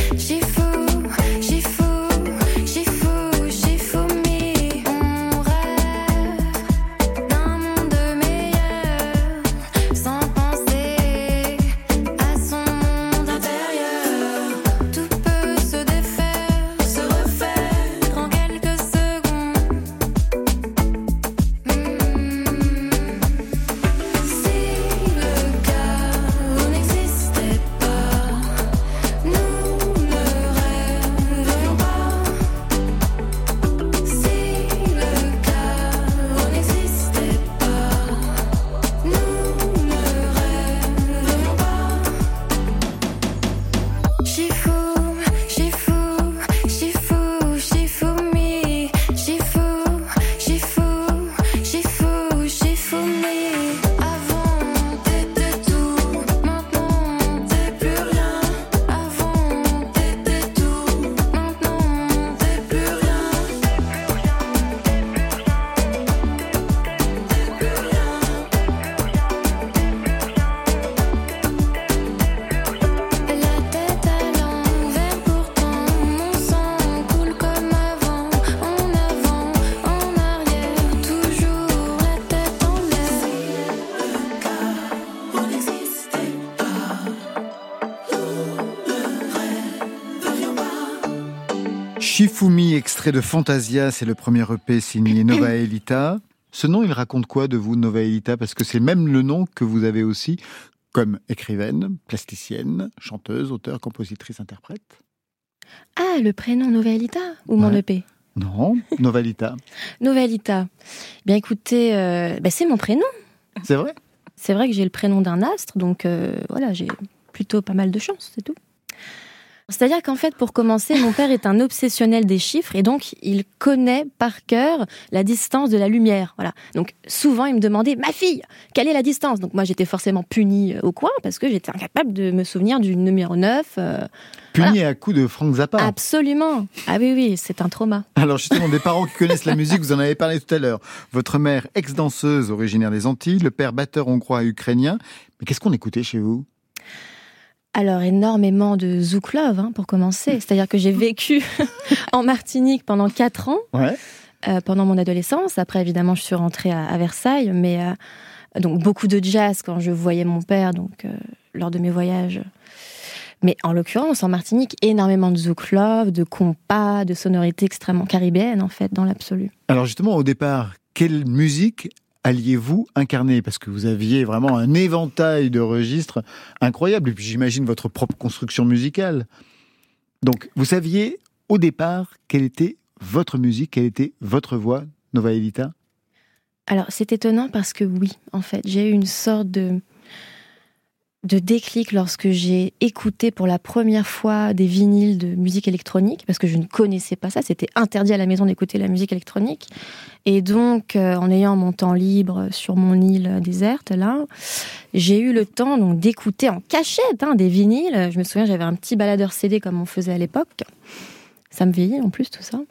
Shifumi. On rêve d'un monde meilleur, sans penser à son monde intérieur. Tout peut se défaire, se refaire en quelques secondes. Si le chaos n'existait pas, nous ne rêvions pas. Si le chaos n'existait pas, nous ne rêvions pas. Shifumi. Avant t'étais tout, maintenant t'es plus rien. Avant t'étais tout, maintenant t'es plus rien. La tête à l'envers, pourtant mon sang coule comme avant. En avant, en arrière, toujours la tête en l'air. Si le chaos n'existait pas, nous ne rêverions pas. Shifumi, extrait de Fantasia, c'est le premier EP signé Novaelita. Ce nom, il raconte quoi de vous, Novaelita? Parce que c'est même le nom que vous avez aussi comme écrivaine, plasticienne, chanteuse, auteure, compositrice, interprète. Ah, le prénom Novaelita ou mon EP? Non, Novaelita. Novaelita. Bien écoutez, c'est mon prénom. C'est vrai? C'est vrai que j'ai le prénom d'un astre, donc voilà, j'ai plutôt pas mal de chance, c'est tout. C'est-à-dire qu'en fait, pour commencer, mon père est un obsessionnel des chiffres et donc il connaît par cœur la distance de la lumière. Voilà. Donc souvent, il me demandait « Ma fille, quelle est la distance ?» Donc moi, j'étais forcément punie au coin parce que j'étais incapable de me souvenir du numéro 9. Punie voilà. À coups de Frank Zappa. Absolument. Ah oui, c'est un trauma. Alors justement, des parents qui connaissent la musique, vous en avez parlé tout à l'heure. Votre mère, ex-danseuse originaire des Antilles, le père batteur hongrois et ukrainien. Mais qu'est-ce qu'on écoutait chez vous ? Alors, énormément de Zouk Love, pour commencer. C'est-à-dire que j'ai vécu en Martinique pendant 4 ans, pendant mon adolescence. Après, évidemment, je suis rentrée à Versailles. Mais donc, beaucoup de jazz quand je voyais mon père, donc lors de mes voyages. Mais en l'occurrence, en Martinique, énormément de Zouk Love, de compas, de sonorités extrêmement caribéennes, en fait, dans l'absolu. Alors justement, au départ, quelle musique alliez-vous incarner? Parce que vous aviez vraiment un éventail de registres incroyable. Et puis j'imagine votre propre construction musicale. Donc, vous saviez au départ quelle était votre musique, quelle était votre voix, Novaelita? Alors, c'est étonnant parce que oui, en fait, j'ai eu une sorte de déclic lorsque j'ai écouté pour la première fois des vinyles de musique électronique, parce que je ne connaissais pas ça, c'était interdit à la maison d'écouter la musique électronique. Et donc, en ayant mon temps libre sur mon île déserte, là, j'ai eu le temps donc, d'écouter en cachette des vinyles. Je me souviens, j'avais un petit baladeur CD comme on faisait à l'époque. Ça me vieillit en plus, tout ça.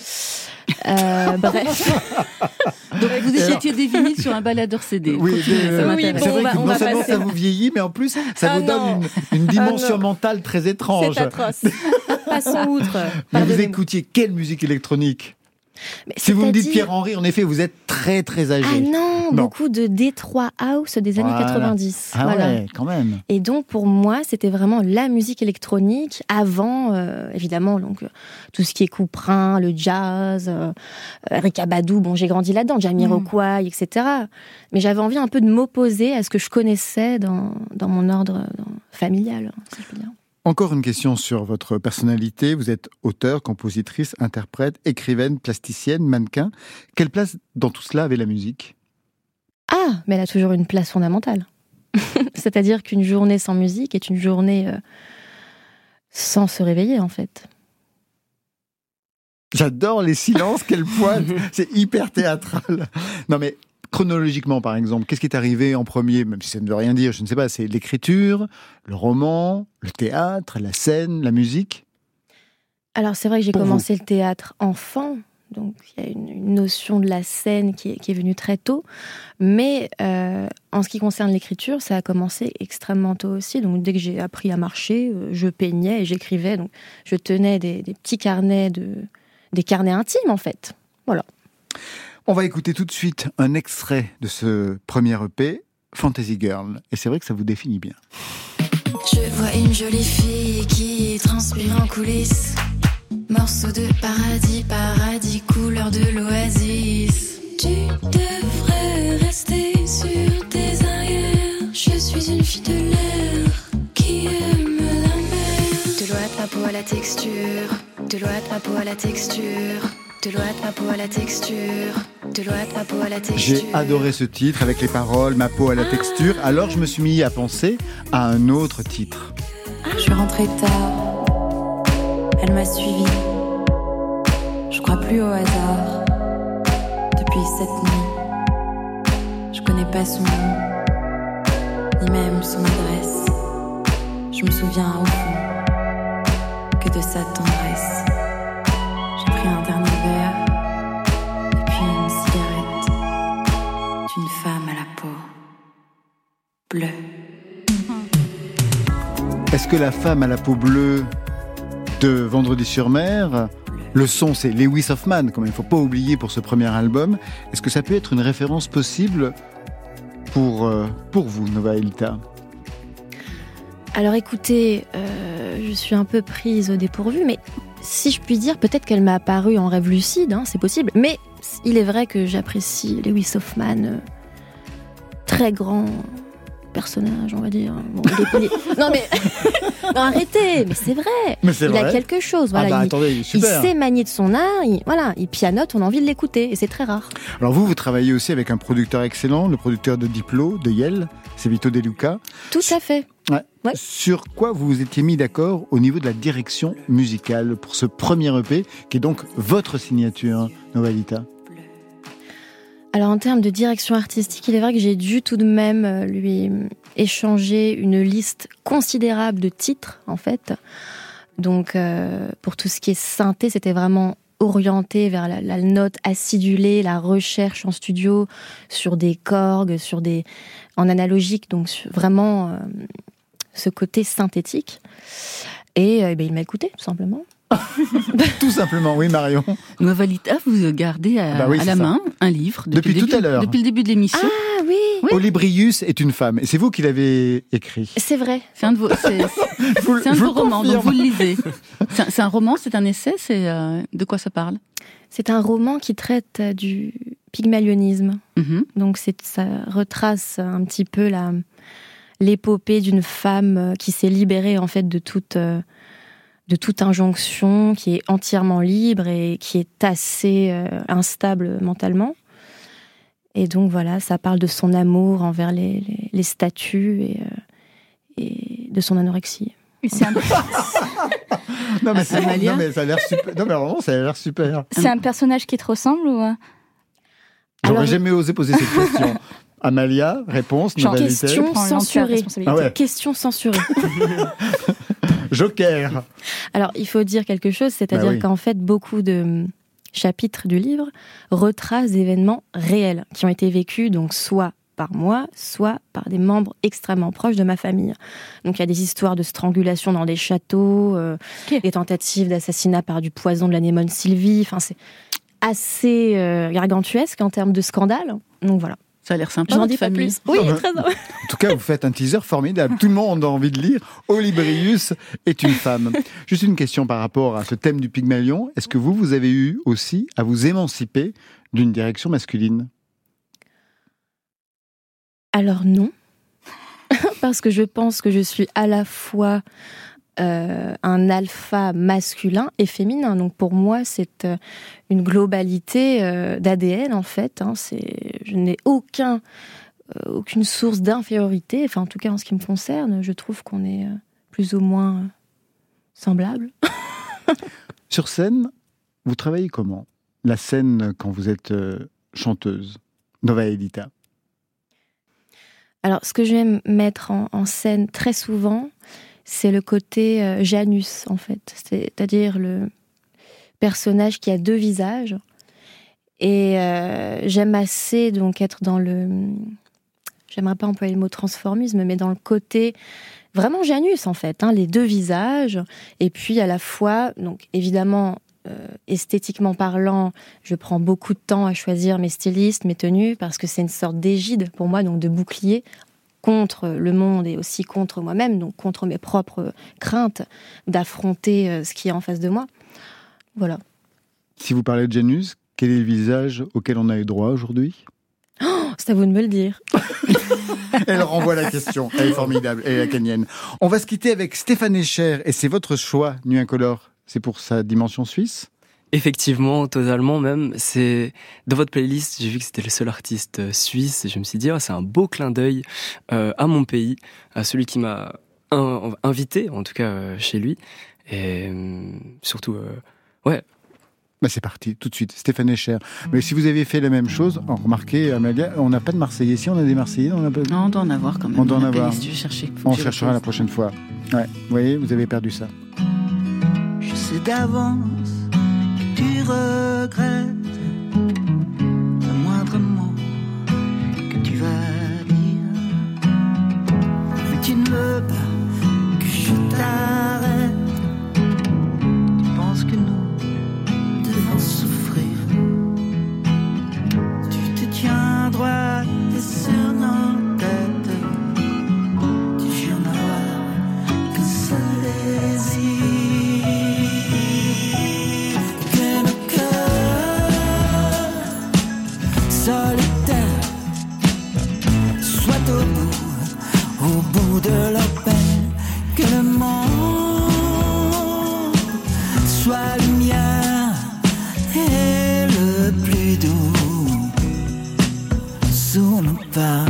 Bref. Donc vous écoutiez des vinyles sur un baladeur CD. Oui, c'est vrai que non seulement ça vous vieillit, mais en plus ça vous donne une dimension mentale très étrange. C'est atroce. Passons outre. Mais vous écoutiez quelle musique électronique? Si vous me dites Pierre-Henry, en effet, vous êtes très très âgé. Ah non, beaucoup de Detroit House des années 90. Ah voilà. Ouais, quand même. Et donc pour moi, c'était vraiment la musique électronique avant, évidemment, donc tout ce qui est Couperin, le jazz, Erykah Badu. Bon, j'ai grandi là-dedans, Jamiroquai, etc. Mais j'avais envie un peu de m'opposer à ce que je connaissais dans mon ordre familial, si je peux dire. Encore une question sur votre personnalité. Vous êtes auteure, compositrice, interprète, écrivaine, plasticienne, mannequin. Quelle place dans tout cela avait la musique? Ah, mais elle a toujours une place fondamentale. C'est-à-dire qu'une journée sans musique est une journée sans se réveiller, en fait. J'adore les silences qu'elle pointe. C'est hyper théâtral. Non mais... Chronologiquement, par exemple, qu'est-ce qui est arrivé en premier, même si ça ne veut rien dire, je ne sais pas, c'est l'écriture, le roman, le théâtre, la scène, la musique? Alors, c'est vrai que j'ai commencé le théâtre enfant, donc il y a une notion de la scène qui est venue très tôt, mais en ce qui concerne l'écriture, ça a commencé extrêmement tôt aussi, donc dès que j'ai appris à marcher, je peignais et j'écrivais, donc je tenais des petits carnets, des carnets intimes en fait, voilà. On va écouter tout de suite un extrait de ce premier EP, Fantasy Girl. Et c'est vrai que ça vous définit bien. Je vois une jolie fille qui transpire en coulisses. Morceau de paradis, couleur de l'oasis. Tu devrais rester sur tes arrières. Je suis une fille de l'air qui aime la mer. De l'eau à ma peau à la texture. De l'eau à ma peau à la texture. De l'eau à ma peau à la texture. De l'eau à ma peau à la texture. J'ai adoré ce titre avec les paroles, ma peau à la texture. Alors je me suis mis à penser à un autre titre. Je suis rentrée tard. Elle m'a suivi. Je crois plus au hasard. Depuis cette nuit, je connais pas son nom, ni même son adresse. Je me souviens au fond que de sa tendresse. J'ai pris un dernier verre et puis une cigarette d'une femme à la peau bleue. Est-ce que la femme à la peau bleue de Vendredi-sur-Mer, le son c'est Lewis Hoffman, comme il ne faut pas oublier pour ce premier album, est-ce que ça peut être une référence possible pour vous, Novaelita? Alors écoutez, je suis un peu prise au dépourvu, mais si je puis dire, peut-être qu'elle m'a apparu en rêve lucide, c'est possible, mais il est vrai que j'apprécie Lewis Hoffman, très grand personnage, on va dire. Bon, non mais non, arrêtez, mais c'est vrai. Mais c'est vrai. A quelque chose. Voilà, attendez, il sait manier de son art. Il pianote, on a envie de l'écouter, et c'est très rare. Alors vous travaillez aussi avec un producteur excellent, le producteur de Diplo, de Yale, c'est Vito De Luca. Tout à fait. Ouais. Sur quoi vous vous étiez mis d'accord au niveau de la direction musicale pour ce premier EP, qui est donc votre signature, Novalita? Alors en termes de direction artistique, il est vrai que j'ai dû tout de même lui échanger une liste considérable de titres, en fait. Donc pour tout ce qui est synthé, c'était vraiment orienté vers la note acidulée, la recherche en studio sur des Korg, en analogique, donc vraiment ce côté synthétique. Et il m'a écouté, tout simplement. Tout simplement, oui, Marion. Novalita, vous gardez à la main un livre depuis tout à l'heure. Depuis le début de l'émission. Ah oui. Olybrius est une femme, et c'est vous qui l'avez écrit. C'est vrai. C'est un de vos, c'est un de vos romans, donc vous le lisez. C'est un roman, c'est un essai, c'est de quoi ça parle? C'est un roman qui traite du pygmalionisme. Mm-hmm. Donc ça retrace un petit peu l'épopée d'une femme qui s'est libérée en fait de toute injonction, qui est entièrement libre et qui est assez instable mentalement. Et donc voilà, ça parle de son amour envers les statues et de son anorexie. Et c'est un... non mais ça a l'air super. Non mais vraiment, ça a l'air super. C'est un personnage qui te ressemble ou J'aurais jamais osé poser cette question. Amalia, réponse, Novalita. Question censurée. Ah ouais. Question censurée. Joker. Alors, il faut dire quelque chose, c'est-à-dire qu'en fait, beaucoup de chapitres du livre retracent des événements réels qui ont été vécus, donc soit par moi, soit par des membres extrêmement proches de ma famille. Donc, il y a des histoires de strangulation dans des châteaux, des tentatives d'assassinat par du poison de l'anémone Sylvie. Enfin, c'est assez gargantuesque en termes de scandale. Donc, voilà. Ça a l'air sympa. J'en dis pas plus. Oui, très sympa. En tout cas, vous faites un teaser formidable. Tout le monde a envie de lire. Olybrius est une femme. Juste une question par rapport à ce thème du Pygmalion. Est-ce que vous avez eu aussi à vous émanciper d'une direction masculine? Alors non. Parce que je pense que je suis à la fois un alpha masculin et féminin. Donc pour moi, c'est une globalité d'ADN en fait. Je n'ai aucune source d'infériorité. Enfin, en tout cas, en ce qui me concerne, je trouve qu'on est plus ou moins semblables. Sur scène, vous travaillez comment? La scène quand vous êtes chanteuse, Novalita. Alors, ce que je vais mettre en scène très souvent, c'est le côté Janus, en fait. C'est-à-dire le personnage qui a deux visages. Et j'aime assez donc être dans le... J'aimerais pas employer le mot transformisme, mais dans le côté vraiment Janus, en fait. Les deux visages. Et puis, à la fois, donc évidemment, esthétiquement parlant, je prends beaucoup de temps à choisir mes stylistes, mes tenues, parce que c'est une sorte d'égide pour moi, donc de bouclier contre le monde et aussi contre moi-même, donc contre mes propres craintes d'affronter ce qui est en face de moi. Voilà. Si vous parlez de Janus, quel est le visage auquel on a eu droit aujourd'hui? C'est à vous de me le dire. Elle renvoie la question. Elle est formidable. Elle est lacanienne. On va se quitter avec Stéphane Escher, et c'est votre choix, Nuit Incolore. C'est pour sa dimension suisse? Effectivement, totalement même. C'est dans votre playlist, j'ai vu que c'était le seul artiste suisse et je me suis dit c'est un beau clin d'œil à mon pays, à celui qui m'a invité, en tout cas chez lui. Et surtout, ouais. Bah c'est parti, tout de suite, Stéphane Escher. Mais si vous aviez fait la même chose, remarquez, Amalia, on n'a pas de Marseillais. Si on a des Marseillais, on a pas... Non, on doit en avoir quand même. On doit en avoir. On cherchera la prochaine fois. Ouais, vous voyez, vous avez perdu ça. Je sais d'avance que tu regrettes le moindre mot que tu vas dire. Mais tu ne veux pas que je t'arrête. Tu penses que nous devons souffrir. Tu te tiens droit et sur nos têtes. Tu jures n'avoir qu'un seul désir. Que nos cœurs au bout de leur peine, que le monde soit le mien et le plus doux sous nos pas.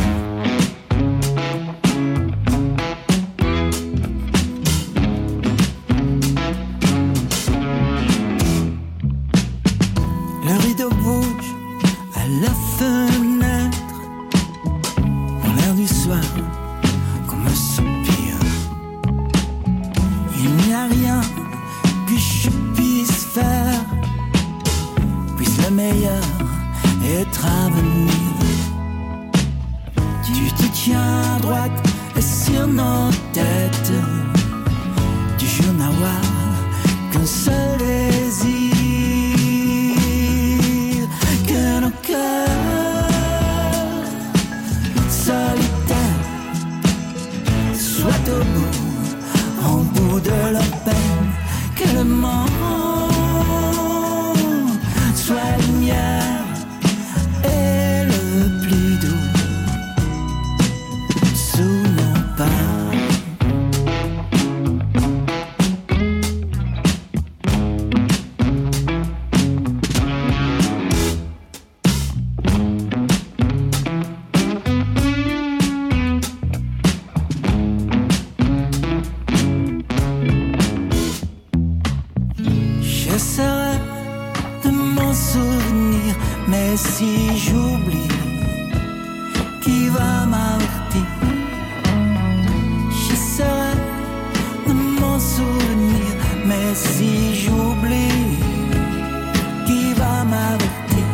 Le rideau bouge à la fenêtre, dans l'air du soir, comme un soupir. Il n'y a rien que je puisse faire, puisse le meilleur être à venir. Tu te tiens droite sur nos têtes, tu jures n'avoir qu'un seul désir. Solitaire, soit au bout de leur peine, que le monde soit lumière et le plus doux sous nos pas. Mais si j'oublie, qui va m'avertir? J'essaierai de m'en souvenir. Mais si j'oublie, qui va m'avertir?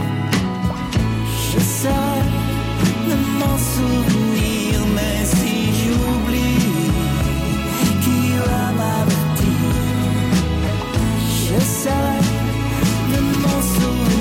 J'essaierai de m'en souvenir. Mais si j'oublie, qui va m'avertir? J'essaierai de m'en souvenir.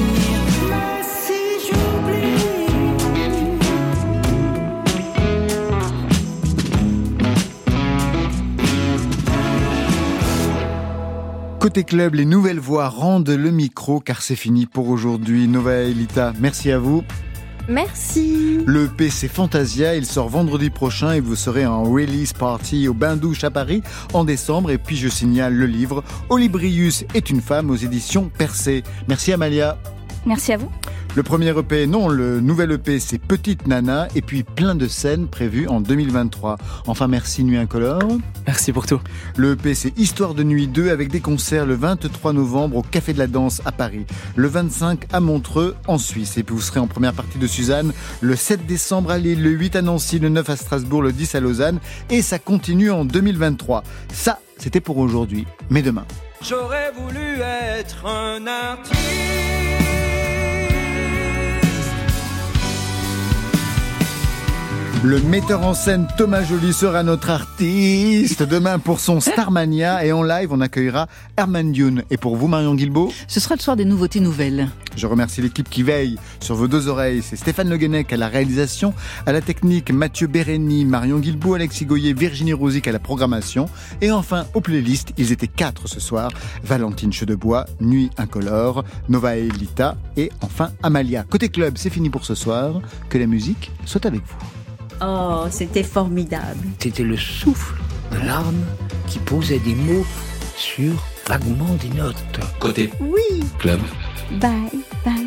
Côté club, les nouvelles voix rendent le micro car c'est fini pour aujourd'hui. Nova et Lita, merci à vous. Merci. Le EP c'est Fantasia, il sort vendredi prochain et vous serez en release party au Bain-Douche à Paris en décembre. Et puis je signale le livre Olibrius est une femme aux éditions Percé. Merci Amalia. Merci à vous. Le premier EP, non, le nouvel EP, c'est Petite Nana, et puis plein de scènes prévues en 2023. Enfin, merci Nuit Incolore. Merci pour tout. Le EP, c'est Histoire de Nuit 2, avec des concerts le 23 novembre au Café de la Danse à Paris, le 25 à Montreux, en Suisse. Et puis vous serez en première partie de Suzanne le 7 décembre à Lille, le 8 à Nancy, le 9 à Strasbourg, le 10 à Lausanne, et ça continue en 2023. Ça, c'était pour aujourd'hui, mais demain. J'aurais voulu être un artiste. Le metteur en scène Thomas Joly sera notre artiste demain pour son Starmania, et en live on accueillera Herman Dune. Et pour vous Marion Guilbault, ce sera le soir des nouveautés nouvelles. Je remercie l'équipe qui veille sur vos deux oreilles. C'est Stéphane Le Guenec à la réalisation, à la technique Mathieu Bérény, Marion Guilbault, Alexis Goyer, Virginie Rosic à la programmation. Et enfin aux playlists, ils étaient 4 ce soir: Valentine Chedebois, Nuit Incolore, Nova et Lita, et enfin Amalia. Côté club, c'est fini pour ce soir. Que la musique soit avec vous. Oh, c'était formidable. C'était le souffle de l'arme qui posait des mots sur vaguement des notes. Côté oui. Club. Bye, bye.